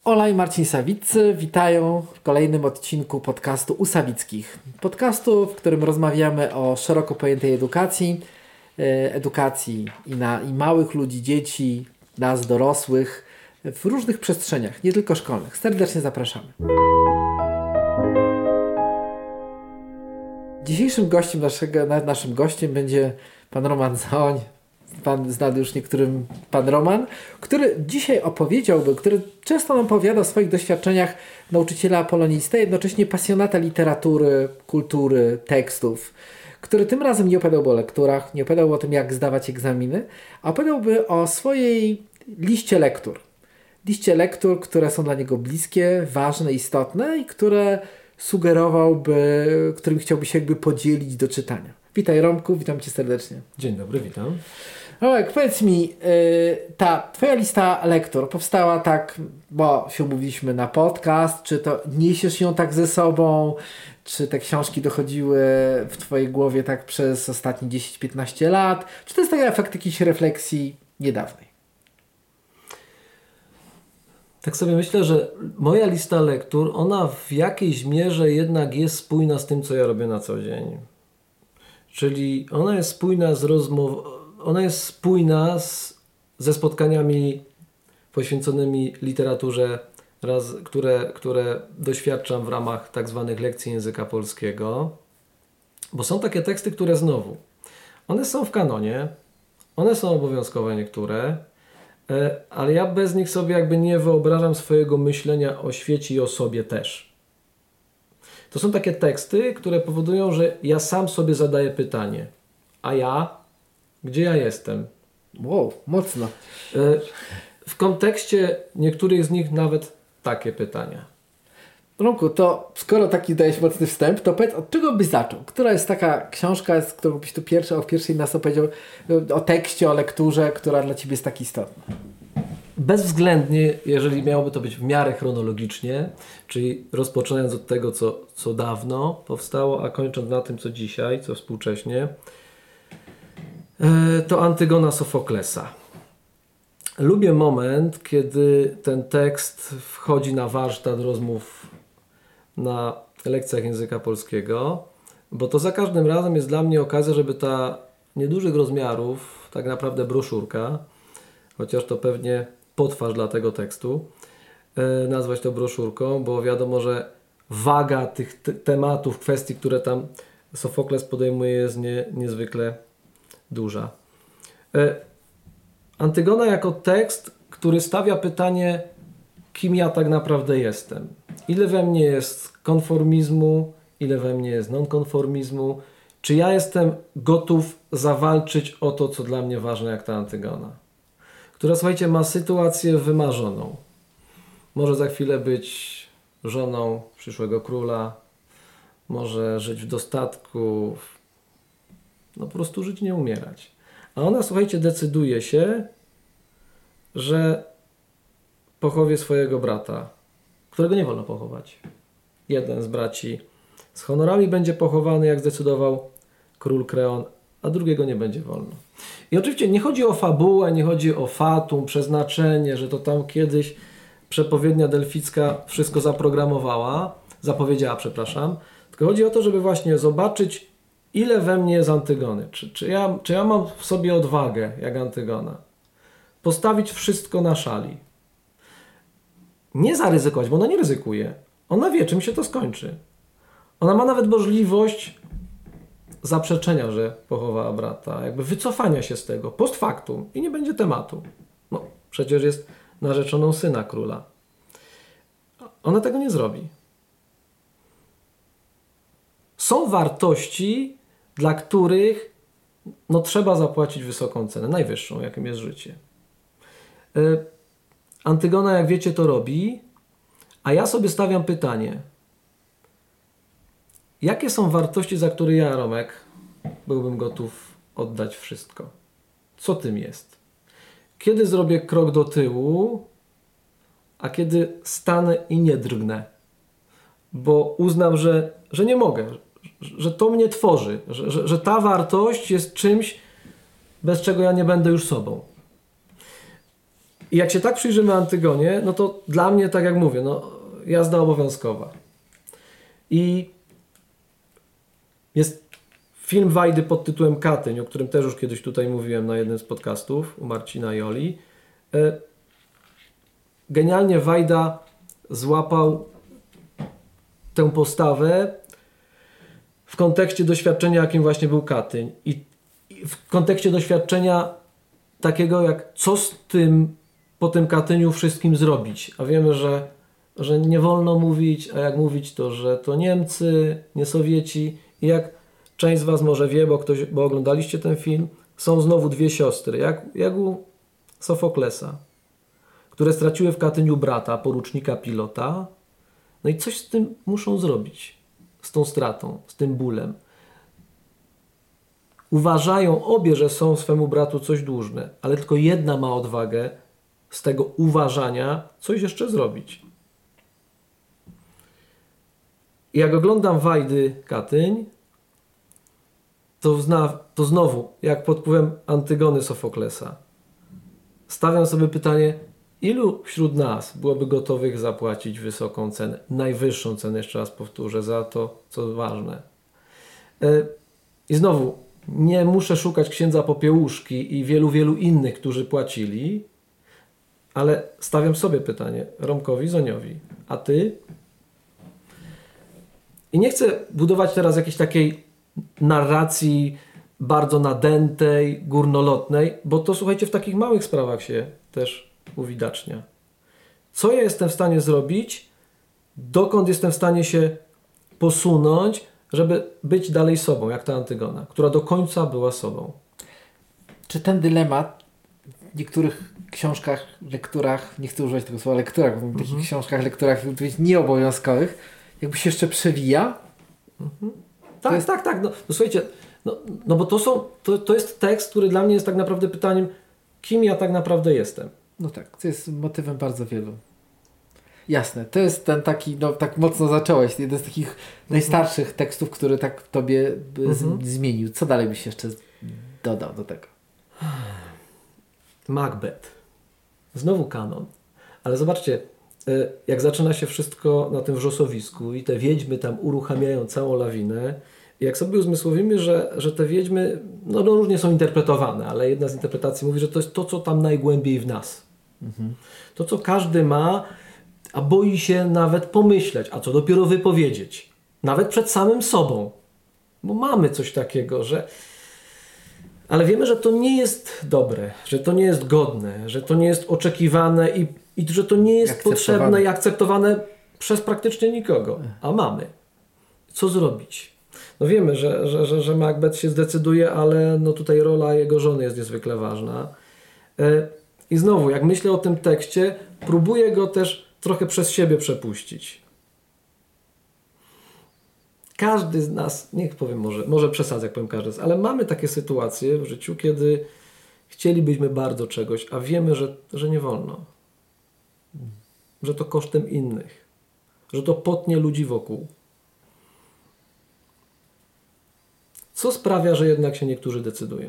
Ola i Marcin Sawiccy witają w kolejnym odcinku podcastu U Sawickich. Podcastu, w którym rozmawiamy o szeroko pojętej edukacji i małych ludzi, dzieci, nas dorosłych w różnych przestrzeniach, nie tylko szkolnych. Serdecznie zapraszamy. Dzisiejszym naszym gościem będzie pan Roman Zoń, pan znany już niektórym pan Roman, który dzisiaj który często nam opowiada o swoich doświadczeniach nauczyciela polonisty, jednocześnie pasjonata literatury, kultury, tekstów, który tym razem nie opowiadałby o lekturach, nie opowiadałby o tym, jak zdawać egzaminy, a opowiadałby o swojej liście lektur. Liście lektur, które są dla niego bliskie, ważne, istotne i którym chciałby się podzielić do czytania. Witaj Romku, witam Cię serdecznie. Dzień dobry, witam. Romek, powiedz mi, ta Twoja lista lektur powstała tak, bo się umówiliśmy na podcast, czy to niesiesz ją tak ze sobą, czy te książki dochodziły w Twojej głowie tak przez ostatnie 10-15 lat, czy to jest taki efekt jakiejś refleksji niedawnej? Tak sobie myślę, że moja lista lektur, ona w jakiejś mierze jednak jest spójna z tym, co ja robię na co dzień. Czyli ona jest spójna ze spotkaniami poświęconymi literaturze, które doświadczam w ramach tak zwanych lekcji języka polskiego. Bo są takie teksty, które znowu, one są w kanonie, one są obowiązkowe niektóre, ale ja bez nich sobie nie wyobrażam swojego myślenia o świecie i o sobie też. To są takie teksty, które powodują, że ja sam sobie zadaję pytanie. A ja? Gdzie ja jestem? Wow, mocno. W kontekście niektórych z nich nawet takie pytania. Romku, to skoro taki dajesz mocny wstęp, to powiedz, od czego byś zaczął? Która jest taka książka, z którą byś tu w pierwszej nas opowiedział o tekście, o lekturze, która dla Ciebie jest tak istotna? Bezwzględnie, jeżeli miałoby to być w miarę chronologicznie, czyli rozpoczynając od tego, co dawno powstało, a kończąc na tym, co dzisiaj, co współcześnie, to Antygona Sofoklesa. Lubię moment, kiedy ten tekst wchodzi na warsztat rozmów na lekcjach języka polskiego, bo to za każdym razem jest dla mnie okazja, żeby ta niedużych rozmiarów, tak naprawdę broszurka, chociaż to pewnie potwarz dla tego tekstu, nazwać to broszurką, bo wiadomo, że waga tych tematów, kwestii, które tam Sofokles podejmuje, jest niezwykle duża. Antygona jako tekst, który stawia pytanie, kim ja tak naprawdę jestem. Ile we mnie jest konformizmu, ile we mnie jest nonkonformizmu, czy ja jestem gotów zawalczyć o to, co dla mnie ważne, jak ta Antygona, która, słuchajcie, ma sytuację wymarzoną. Może za chwilę być żoną przyszłego króla, może żyć w dostatku, po prostu żyć, nie umierać. A ona, słuchajcie, decyduje się, że pochowie swojego brata, którego nie wolno pochować. Jeden z braci z honorami będzie pochowany, jak zdecydował król Kreon, a drugiego nie będzie wolno. I oczywiście nie chodzi o fabułę, nie chodzi o fatum, przeznaczenie, że to tam kiedyś przepowiednia delficka wszystko zapowiedziała, tylko chodzi o to, żeby właśnie zobaczyć, ile we mnie jest Antygony. Czy ja mam w sobie odwagę, jak Antygona? Postawić wszystko na szali. Nie zaryzykować, bo ona nie ryzykuje. Ona wie, czym się to skończy. Ona ma nawet możliwość zaprzeczenia, że pochowała brata, wycofania się z tego, post factum, i nie będzie tematu. Przecież jest narzeczoną syna króla. Ona tego nie zrobi. Są wartości, dla których trzeba zapłacić wysoką cenę, najwyższą, jakim jest życie. Antygona, jak wiecie, to robi, a ja sobie stawiam pytanie, jakie są wartości, za które ja, Romek, byłbym gotów oddać wszystko? Co tym jest? Kiedy zrobię krok do tyłu, a kiedy stanę i nie drgnę? Bo uznam, że nie mogę, że to mnie tworzy, że ta wartość jest czymś, bez czego ja nie będę już sobą. I jak się tak przyjrzymy Antygonie, no to dla mnie, tak jak mówię, no jazda obowiązkowa. I jest film Wajdy pod tytułem Katyń, o którym też już kiedyś tutaj mówiłem na jednym z podcastów u Marcina i Oli. Genialnie Wajda złapał tę postawę w kontekście doświadczenia, jakim właśnie był Katyń. I w kontekście doświadczenia takiego, jak co z tym po tym Katyniu wszystkim zrobić. A wiemy, że nie wolno mówić, a jak mówić, to że to Niemcy, nie Sowieci. I jak część z was może wie, bo oglądaliście ten film, są znowu dwie siostry, jak u Sofoklesa, które straciły w Katyniu brata, porucznika pilota. No i coś z tym muszą zrobić. Z tą stratą, z tym bólem. Uważają obie, że są swemu bratu coś dłużne, ale tylko jedna ma odwagę z tego uważania coś jeszcze zrobić. I jak oglądam Wajdy Katyń, to znowu, jak pod wpływem Antygony Sofoklesa, stawiam sobie pytanie, ilu wśród nas byłoby gotowych zapłacić wysoką cenę, najwyższą cenę, jeszcze raz powtórzę, za to, co ważne. I znowu, nie muszę szukać księdza Popiełuszki i wielu, wielu innych, którzy płacili, ale stawiam sobie pytanie, Romkowi Zoniowi, a ty? I nie chcę budować teraz jakiejś takiej narracji bardzo nadętej, górnolotnej, bo to, słuchajcie, w takich małych sprawach się też uwidacznia. Co ja jestem w stanie zrobić, dokąd jestem w stanie się posunąć, żeby być dalej sobą, jak ta Antygona, która do końca była sobą. Czy ten dylemat w niektórych książkach, lekturach, nie chcę używać tego słowa lekturach, bo w takich książkach, lekturach nieobowiązkowych, jakby się jeszcze przewija? Tak. No, słuchajcie, no bo to jest tekst, który dla mnie jest tak naprawdę pytaniem, kim ja tak naprawdę jestem. No tak, to jest motywem bardzo wielu. Jasne, to jest ten taki, no tak mocno zacząłeś, jeden z takich najstarszych tekstów, który tak w tobie zmienił. Co dalej byś jeszcze dodał do tego? Macbeth. Znowu kanon. Ale zobaczcie, jak zaczyna się wszystko na tym wrzosowisku i te wiedźmy tam uruchamiają całą lawinę, i jak sobie uzmysłowimy, że te wiedźmy no różnie są interpretowane, ale jedna z interpretacji mówi, że to jest to, co tam najgłębiej w nas. To, co każdy ma, a boi się nawet pomyśleć, a co dopiero wypowiedzieć. Nawet przed samym sobą. Bo mamy coś takiego, że... Ale wiemy, że to nie jest dobre, że to nie jest godne, że to nie jest oczekiwane i że to nie jest potrzebne i akceptowane przez praktycznie nikogo. A mamy. Co zrobić? No wiemy, że Macbeth się zdecyduje, ale no tutaj rola jego żony jest niezwykle ważna. I znowu, jak myślę o tym tekście, próbuję go też trochę przez siebie przepuścić. Każdy z nas, niech powiem może przesadzę, jak powiem każdy z nas, ale mamy takie sytuacje w życiu, kiedy chcielibyśmy bardzo czegoś, a wiemy, że nie wolno. Że to kosztem innych. Że to potnie ludzi wokół. Co sprawia, że jednak się niektórzy decydują?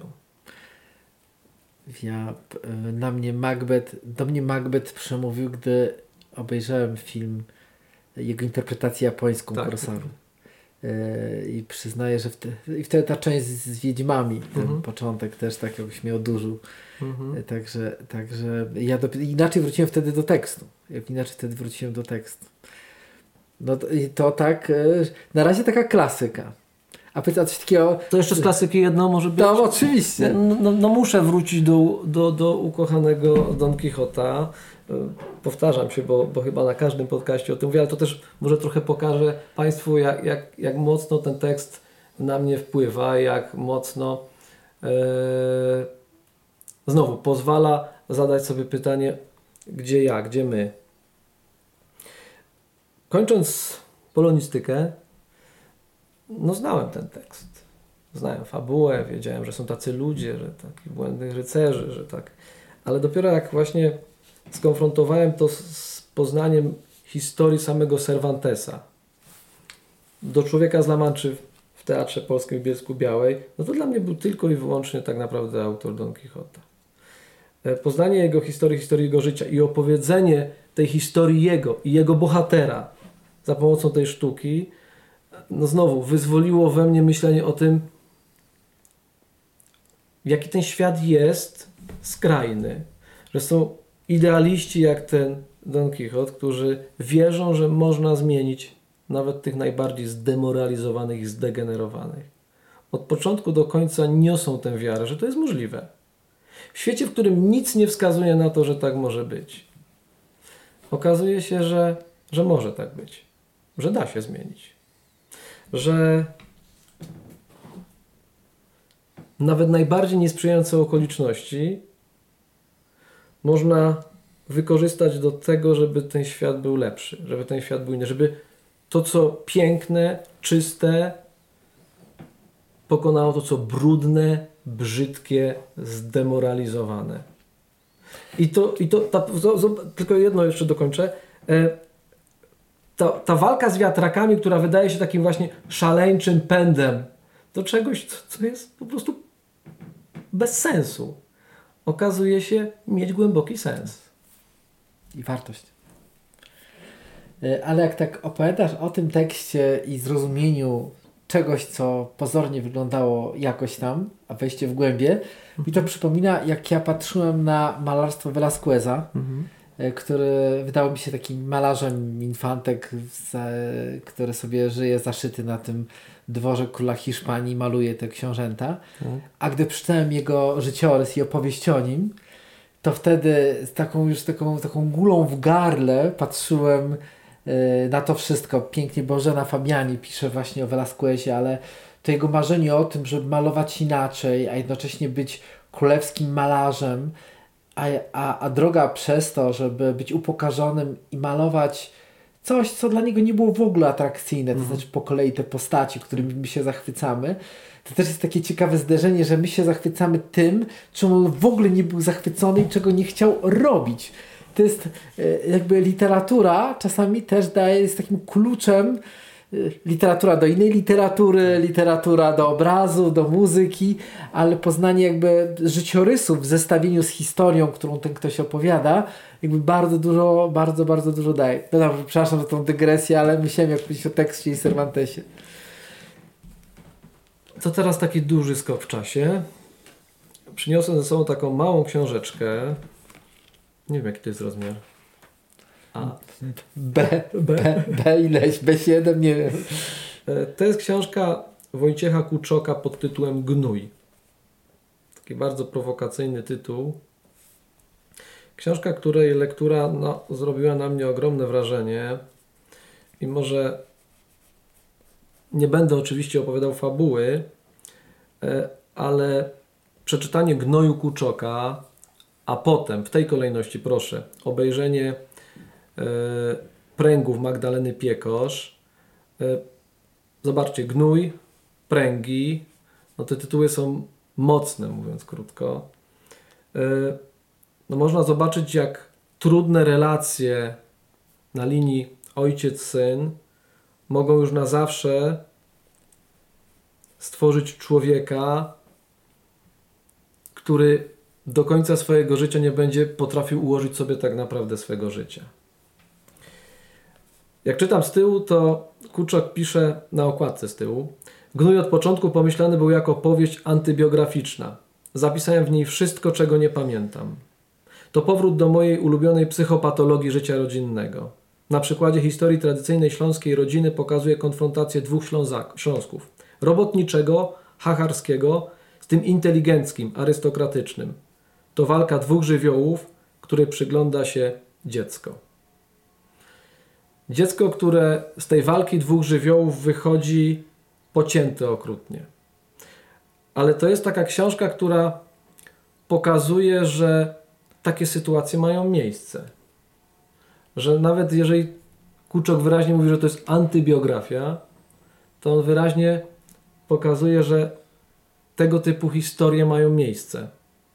Do mnie Macbeth przemówił, gdy obejrzałem film, jego interpretację japońską Kurosawą. I przyznaję, że wtedy ta część z Wiedźmami, ten początek też tak jakoś mnie odurzył. Także ja inaczej wróciłem wtedy do tekstu. No to tak, na razie taka klasyka. A pyta coś takiego... To jeszcze z klasyki jedno może być? No oczywiście. No muszę wrócić do ukochanego Don Quixota. Powtarzam się, bo chyba na każdym podcaście o tym mówię, ale to też może trochę pokażę Państwu, jak mocno ten tekst na mnie wpływa, jak mocno znowu pozwala zadać sobie pytanie, gdzie ja, gdzie my. Kończąc polonistykę, no znałem ten tekst. Znałem fabułę, wiedziałem, że są tacy ludzie, że takich błędnych rycerzy, że tak. Ale dopiero jak właśnie skonfrontowałem to z poznaniem historii samego Cervantesa do Człowieka z La Manczy w Teatrze Polskim w Bielsku-Białej, no to dla mnie był tylko i wyłącznie tak naprawdę autor Don Quixota. poznanie jego historii, historii jego życia i opowiedzenie tej historii jego i jego bohatera za pomocą tej sztuki, no znowu wyzwoliło we mnie myślenie o tym, jaki ten świat jest skrajny. Że są idealiści jak ten Don Quixote, którzy wierzą, że można zmienić nawet tych najbardziej zdemoralizowanych i zdegenerowanych. Od początku do końca niosą tę wiarę, że to jest możliwe. W świecie, w którym nic nie wskazuje na to, że tak może być, okazuje się, że może tak być. Że da się zmienić. Że nawet najbardziej niesprzyjające okoliczności można wykorzystać do tego, żeby ten świat był lepszy, żeby ten świat był inny, żeby to, co piękne, czyste, pokonało to, co brudne, brzydkie, zdemoralizowane. Tylko jedno jeszcze dokończę. Ta walka z wiatrakami, która wydaje się takim właśnie szaleńczym pędem do czegoś, co jest po prostu bez sensu, okazuje się mieć głęboki sens. I wartość. Ale jak tak opowiadasz o tym tekście i zrozumieniu czegoś, co pozornie wyglądało jakoś tam, a wejście w głębie, mi to przypomina, jak ja patrzyłem na malarstwo Velasqueza, który wydawał mi się takim malarzem infantek, który sobie żyje zaszyty na tym dworze króla Hiszpanii, maluje te książęta. A gdy przeczytałem jego życiorys i opowieść o nim, to wtedy z taką gulą w gardle patrzyłem na to wszystko. Pięknie Bożena Fabiani pisze właśnie o Velasquezie, ale to jego marzenie o tym, żeby malować inaczej, a jednocześnie być królewskim malarzem, a droga przez to, żeby być upokarzonym i malować coś, co dla niego nie było w ogóle atrakcyjne, to znaczy po kolei te postaci, którymi my się zachwycamy. To też jest takie ciekawe zderzenie, że my się zachwycamy tym, czym on w ogóle nie był zachwycony i czego nie chciał robić. To jest jakby literatura czasami też jest takim kluczem, literatura do innej literatury, literatura do obrazu, do muzyki, ale poznanie jakby życiorysów w zestawieniu z historią, którą ten ktoś opowiada, jakby bardzo dużo daje. No dobrze, przepraszam za tą dygresję, ale myślałem jak powiedzieć o tekście i Cervantesie. To teraz taki duży skok w czasie. Przyniosłem ze sobą taką małą książeczkę. Nie wiem, jaki to jest rozmiar. B ileś, B7, nie wiem. To jest książka Wojciecha Kuczoka pod tytułem Gnój. Taki bardzo prowokacyjny tytuł. Książka, której lektura zrobiła na mnie ogromne wrażenie i może nie będę oczywiście opowiadał fabuły, ale przeczytanie Gnoju Kuczoka, a potem w tej kolejności proszę obejrzenie Pręgów Magdaleny Piekosz. Zobaczcie, Gnój, Pręgi, no te tytuły są mocne, mówiąc krótko. No można zobaczyć, jak trudne relacje na linii ojciec-syn mogą już na zawsze stworzyć człowieka, który do końca swojego życia nie będzie potrafił ułożyć sobie tak naprawdę swego życia. Jak czytam z tyłu, to Kuczok pisze na okładce z tyłu: Gnój od początku pomyślany był jako powieść antybiograficzna. Zapisałem w niej wszystko, czego nie pamiętam. To powrót do mojej ulubionej psychopatologii życia rodzinnego. Na przykładzie historii tradycyjnej śląskiej rodziny pokazuje konfrontację dwóch Śląsków. Robotniczego, chacharskiego, z tym inteligenckim, arystokratycznym. To walka dwóch żywiołów, której przygląda się dziecko. Dziecko, które z tej walki dwóch żywiołów wychodzi pocięte okrutnie. Ale to jest taka książka, która pokazuje, że takie sytuacje mają miejsce. Że nawet jeżeli Kuczok wyraźnie mówi, że to jest antybiografia, to on wyraźnie pokazuje, że tego typu historie mają miejsce.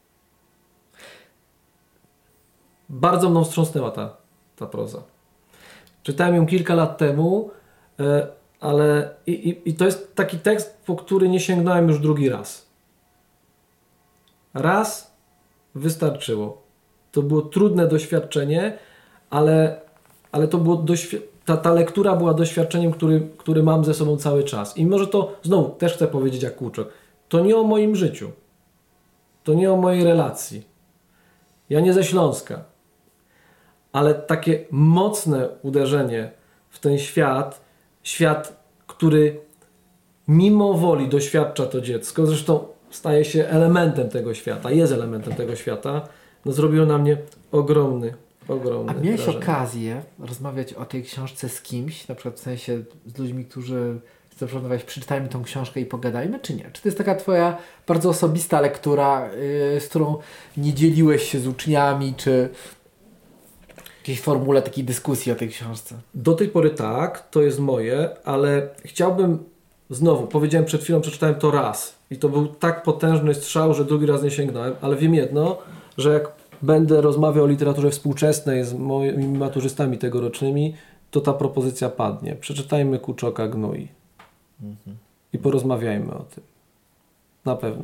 Bardzo mną wstrząsnęła ta proza. Czytałem ją kilka lat temu, ale i to jest taki tekst, po który nie sięgnąłem już drugi raz. Raz wystarczyło. To było trudne doświadczenie, ale to było ta lektura była doświadczeniem, który mam ze sobą cały czas. I może to, znowu, też chcę powiedzieć jak Kłuczok, to nie o moim życiu. To nie o mojej relacji. Ja nie ze Śląska. Ale takie mocne uderzenie w ten świat, który mimo woli doświadcza to dziecko, zresztą staje się elementem tego świata, jest elementem tego świata, no zrobiło na mnie ogromny A miałeś wrażenie. okazję rozmawiać o tej książce z kimś, na przykład w sensie z ludźmi, którzy zaproponowałeś, przeczytajmy tą książkę i pogadajmy, czy nie? Czy to jest taka twoja bardzo osobista lektura, z którą nie dzieliłeś się z uczniami, czy jakiejś formule takiej dyskusji o tej książce? Do tej pory tak, to jest moje, ale chciałbym znowu, powiedziałem przed chwilą, przeczytałem to raz i to był tak potężny strzał, że drugi raz nie sięgnąłem, ale wiem jedno, że jak będę rozmawiał o literaturze współczesnej z moimi maturzystami tegorocznymi, to ta propozycja padnie. Przeczytajmy Kłuczoka Gnój i porozmawiajmy o tym. Na pewno.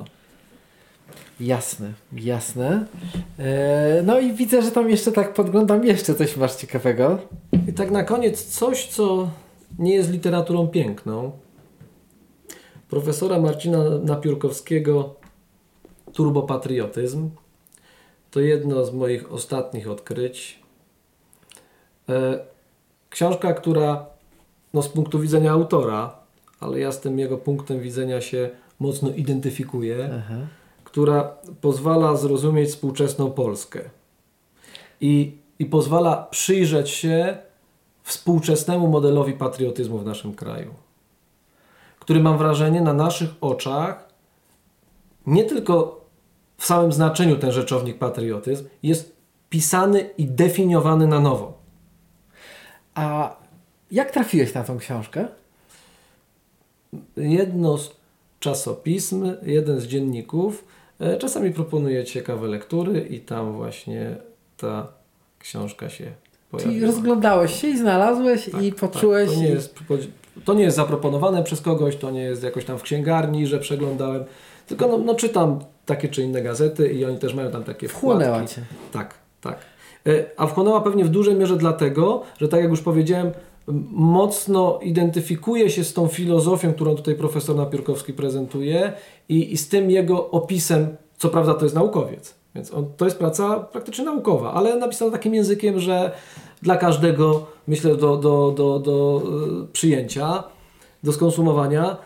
Jasne. No i widzę, że tam jeszcze tak podglądam, jeszcze coś masz ciekawego. I tak na koniec coś, co nie jest literaturą piękną. Profesora Marcina Napiórkowskiego Turbopatriotyzm. To jedno z moich ostatnich odkryć. Książka, która no, z punktu widzenia autora, ale ja z tym jego punktem widzenia się mocno identyfikuję, która pozwala zrozumieć współczesną Polskę i pozwala przyjrzeć się współczesnemu modelowi patriotyzmu w naszym kraju, który mam wrażenie na naszych oczach nie tylko w samym znaczeniu ten rzeczownik patriotyzm jest pisany i definiowany na nowo. A jak trafiłeś na tą książkę? Jedno z czasopism, jeden z dzienników czasami proponuje ciekawe lektury i tam właśnie ta książka się pojawiła. Czyli rozglądałeś się i znalazłeś i poczułeś... Tak. To nie jest zaproponowane przez kogoś, to nie jest jakoś tam w księgarni, że przeglądałem, tylko no czytam takie czy inne gazety i oni też mają tam takie Wchłonęła wkładki. cię. Tak. A wchłonęła pewnie w dużej mierze dlatego, że tak jak już powiedziałem, mocno identyfikuje się z tą filozofią, którą tutaj profesor Napiórkowski prezentuje i z tym jego opisem, co prawda to jest naukowiec, więc to jest praca praktycznie naukowa, ale napisana takim językiem, że dla każdego, myślę, do przyjęcia, do skonsumowania.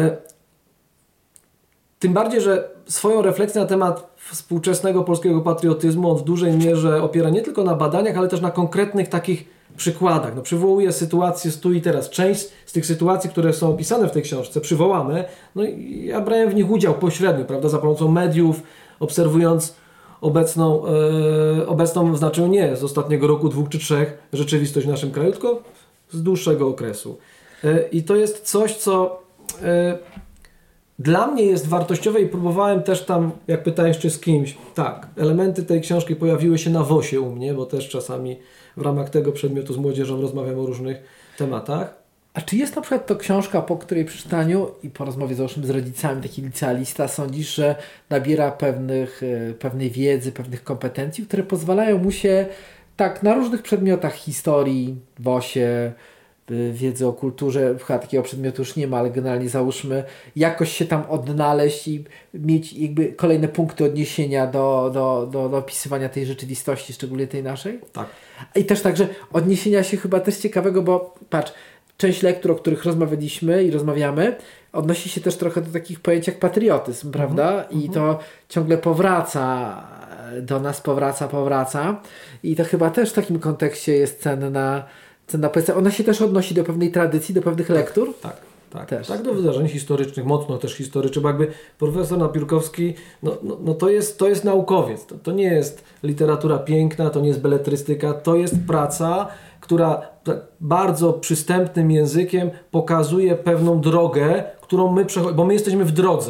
Tym bardziej, że swoją refleksję na temat współczesnego polskiego patriotyzmu on w dużej mierze opiera nie tylko na badaniach, ale też na konkretnych takich przykładach. No, przywołuje sytuację z tu i teraz. Część z tych sytuacji, które są opisane w tej książce, przywołane, no i ja brałem w nich udział pośrednio, prawda, za pomocą mediów, obserwując obecną w znaczeniu nie z ostatniego roku, 2 czy 3 rzeczywistość w naszym kraju, tylko z dłuższego okresu. I to jest coś, co dla mnie jest wartościowe i próbowałem też tam, jak pytałeś, czy z kimś, tak, elementy tej książki pojawiły się na WOS-ie u mnie, bo też czasami w ramach tego przedmiotu z młodzieżą rozmawiam o różnych tematach. A czy jest na przykład to książka, po której przeczytaniu i po rozmowie załóżmy z rodzicami, taki licealista, sądzisz, że nabiera pewnej wiedzy, pewnych kompetencji, które pozwalają mu się tak na różnych przedmiotach historii, WOS-ie, wiedzy o kulturze, chyba takiego przedmiotu już nie ma, ale generalnie załóżmy, jakoś się tam odnaleźć i mieć jakby kolejne punkty odniesienia do opisywania tej rzeczywistości, szczególnie tej naszej? Tak. I też także odniesienia się chyba też ciekawego, bo patrz, część lektur, o których rozmawialiśmy i rozmawiamy, odnosi się też trochę do takich pojęć jak patriotyzm, prawda? I to ciągle powraca do nas, powraca. I to chyba też w takim kontekście jest cenna poezja. Ona się też odnosi do pewnej tradycji, do pewnych lektur. Tak, do wydarzeń historycznych, mocno też historycznych, bo jakby profesor Napiórkowski, to jest naukowiec, to nie jest literatura piękna, to nie jest beletrystyka, to jest praca, która bardzo przystępnym językiem pokazuje pewną drogę, którą my przechodzimy, bo my jesteśmy w drodze.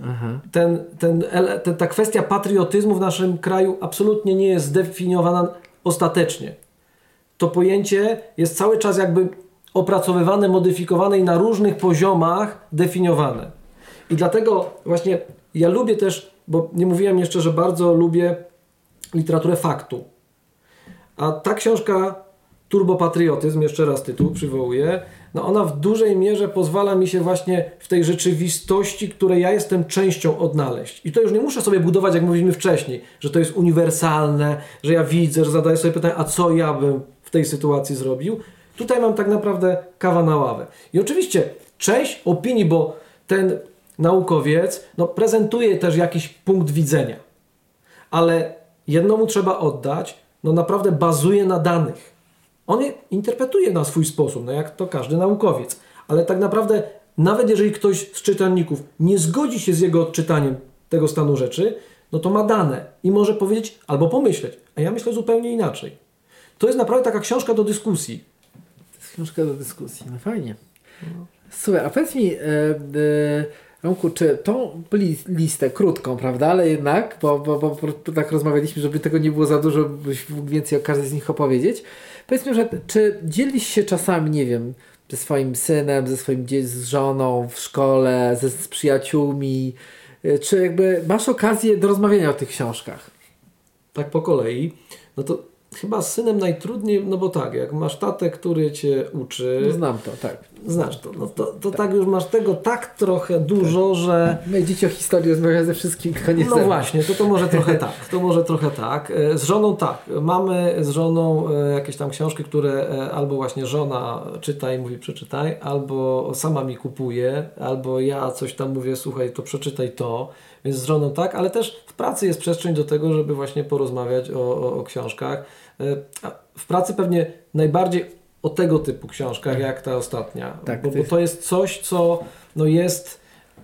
Ta kwestia patriotyzmu w naszym kraju absolutnie nie jest zdefiniowana ostatecznie. To pojęcie jest cały czas jakby opracowywane, modyfikowane i na różnych poziomach definiowane. I dlatego właśnie ja lubię też, bo nie mówiłem jeszcze, że bardzo lubię literaturę faktu. A ta książka Turbopatriotyzm, jeszcze raz tytuł przywołuję, no ona w dużej mierze pozwala mi się właśnie w tej rzeczywistości, której ja jestem częścią, odnaleźć. I to już nie muszę sobie budować, jak mówiliśmy wcześniej, że to jest uniwersalne, że ja widzę, że zadaję sobie pytanie, a co ja bym w tej sytuacji zrobił. Tutaj mam tak naprawdę kawa na ławę. I oczywiście część opinii, bo ten naukowiec prezentuje też jakiś punkt widzenia. Ale jednomu trzeba oddać, naprawdę bazuje na danych. On je interpretuje na swój sposób, jak to każdy naukowiec. Ale tak naprawdę, nawet jeżeli ktoś z czytelników nie zgodzi się z jego odczytaniem tego stanu rzeczy, to ma dane i może powiedzieć albo pomyśleć, a ja myślę zupełnie inaczej. To jest naprawdę taka książka do dyskusji. To jest książka do dyskusji, fajnie. Słuchaj, a powiedz mi, Romku, czy tą listę krótką, prawda, ale jednak, bo tak rozmawialiśmy, żeby tego nie było za dużo, byś mógł więcej o każdej z nich opowiedzieć. Powiedz mi, że czy dzielisz się czasami, nie wiem, ze swoim synem, ze swoim z żoną w szkole, z przyjaciółmi, czy jakby masz okazję do rozmawiania o tych książkach? Tak po kolei, to chyba z synem najtrudniej, bo tak, jak masz tatę, który cię uczy... Znam to, tak. Znasz to, tak już masz tego tak trochę dużo, że... Moje dzieci o historii rozmawiają ze wszystkim, tylko nie właśnie, to może trochę tak. Z żoną tak. Mamy z żoną jakieś tam książki, które albo właśnie żona czyta i mówi przeczytaj, albo sama mi kupuje, albo ja coś tam mówię, słuchaj, to przeczytaj to. Więc z żoną tak, ale też w pracy jest przestrzeń do tego, żeby właśnie porozmawiać o książkach. W pracy pewnie najbardziej o tego typu książkach, jak ta ostatnia. Tak, bo to jest coś, co jest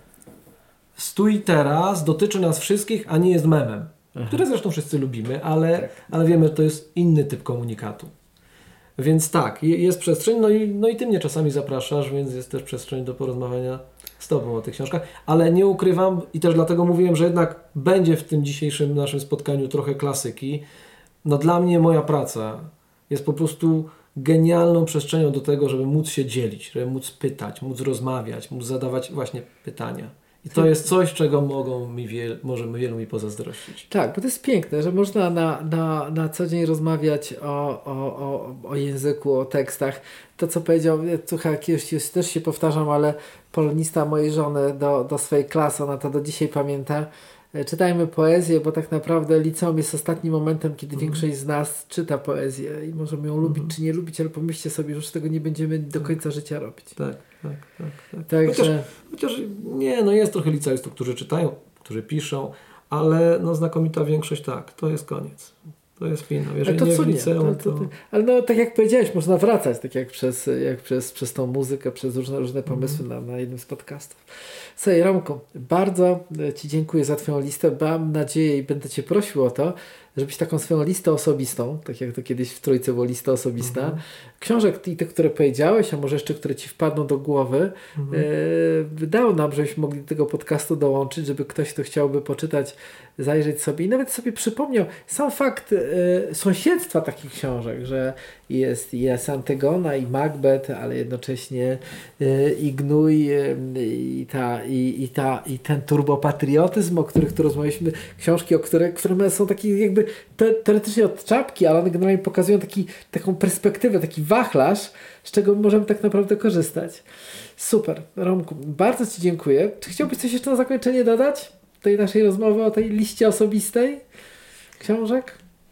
tu i teraz, dotyczy nas wszystkich, a nie jest memem. Które zresztą wszyscy lubimy, ale wiemy, że to jest inny typ komunikatu. Więc tak, jest przestrzeń, no i ty mnie czasami zapraszasz, więc jest też przestrzeń do porozmawiania z tobą o tych książkach, ale nie ukrywam i też dlatego mówiłem, że jednak będzie w tym dzisiejszym naszym spotkaniu trochę klasyki. Dla mnie moja praca jest po prostu genialną przestrzenią do tego, żeby móc się dzielić, żeby móc pytać, móc rozmawiać, móc zadawać właśnie pytania. I to jest coś, czego może wielu mi pozazdrościć. Tak, bo to jest piękne, że można na co dzień rozmawiać o języku, o tekstach. To, co powiedział, trochę jakiegoś też się powtarzam, ale polonista mojej żony do swojej klasy, ona to do dzisiaj pamięta. Czytajmy poezję, bo tak naprawdę liceum jest ostatnim momentem, kiedy większość z nas czyta poezję i możemy ją lubić czy nie lubić, ale pomyślcie sobie, że już tego nie będziemy do końca życia robić. Tak. Także... Chociaż jest trochę licealistów, którzy czytają, którzy piszą, ale znakomita większość to jest koniec. To jest finał. Jeżeli nie w liceum, Ale tak jak powiedziałeś, można wracać, tak jak przez tą muzykę, przez różne pomysły na jednym z podcastów. Słuchaj, Romku, bardzo Ci dziękuję za Twoją listę. Mam nadzieję i będę Cię prosił o to, żebyś taką swoją listę osobistą, tak jak to kiedyś w Trójce była lista osobista, książek i te, które powiedziałeś, a może jeszcze, które Ci wpadną do głowy, dał nam, żebyśmy mogli do tego podcastu dołączyć, żeby ktoś, kto chciałby poczytać, zajrzeć sobie i nawet sobie przypomniał sam fakt sąsiedztwa takich książek, że jest Antygona i Macbeth, ale jednocześnie i Gnój i ten turbopatriotyzm, o których tu rozmawialiśmy, książki, które są takie jakby teoretycznie od czapki, ale one generalnie pokazują taką perspektywę, taki wachlarz, z czego możemy tak naprawdę korzystać. Super, Romku, bardzo Ci dziękuję. Czy chciałbyś coś jeszcze na zakończenie dodać tej naszej rozmowy o tej liście osobistej książek?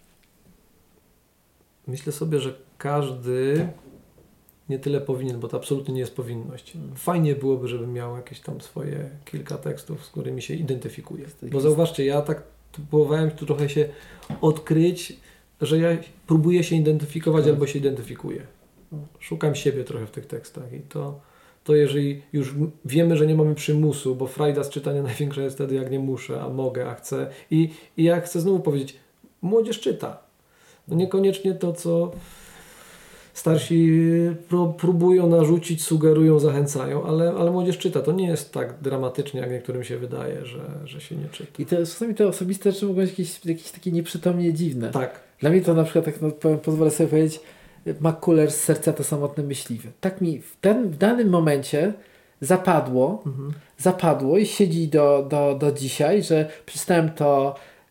Myślę sobie, że każdy nie tyle powinien, bo to absolutnie nie jest powinność. Fajnie byłoby, żeby miał jakieś tam swoje kilka tekstów, z którymi się identyfikuje. Bo zauważcie, ja tak próbowałem tu trochę się odkryć, że ja próbuję się identyfikować albo się identyfikuję. Szukam siebie trochę w tych tekstach i to jeżeli już wiemy, że nie mamy przymusu, bo frajda z czytania największa jest wtedy, jak nie muszę, a mogę, a chcę. I ja chcę znowu powiedzieć, młodzież czyta. Niekoniecznie to, co starsi próbują narzucić, sugerują, zachęcają, ale młodzież czyta. To nie jest tak dramatycznie, jak niektórym się wydaje, że się nie czyta. I czasami te osobiste rzeczy mogą być jakieś takie nieprzytomnie dziwne. Tak. Dla mnie to na przykład, pozwolę sobie powiedzieć, McCullers z Serca to samotny myśliwy. Tak mi w danym momencie zapadło i siedzi do dzisiaj, że przeczytałem to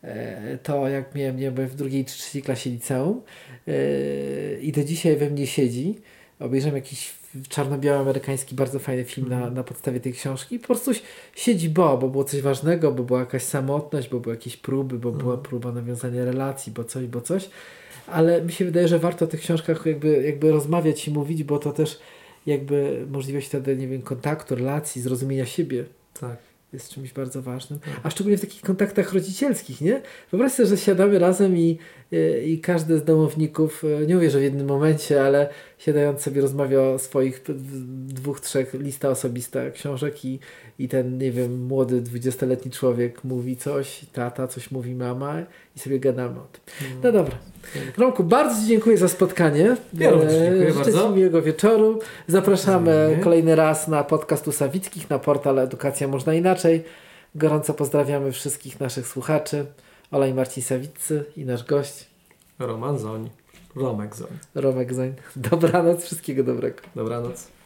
to, jak miałem, nie wiem, w drugiej czy trzeciej klasie liceum i do dzisiaj we mnie siedzi. Obejrzałem jakiś czarno-biały amerykański, bardzo fajny film na podstawie tej książki i po prostu siedzi, bo było coś ważnego, bo była jakaś samotność, bo były jakieś próby, bo była próba nawiązania relacji, bo coś. Ale mi się wydaje, że warto o tych książkach jakby rozmawiać i mówić, bo to też jakby możliwość wtedy, nie wiem, kontaktu, relacji, zrozumienia siebie. Tak. Jest czymś bardzo ważnym. A szczególnie w takich kontaktach rodzicielskich, nie? Wyobraź sobie, że siadamy razem i każdy z domowników, nie mówię, że w jednym momencie, ale siadając sobie rozmawia o swoich 2, 3 lista osobista książek i ten, nie wiem, młody 20-letni człowiek mówi coś, tata coś mówi, mama i sobie gadamy o tym. No dobra. Romku, bardzo Ci dziękuję za spotkanie. Ja również dziękuję Życzę bardzo. Ci miłego wieczoru. Zapraszamy kolejny raz na podcast Usawickich, na portal Edukacja Można Inaczej. Gorąco pozdrawiamy wszystkich naszych słuchaczy. Ola i Marcin Sawiccy i nasz gość Roman Zoń. Romek Zoń. Romek Zoń. Dobranoc, wszystkiego dobrego. Dobranoc.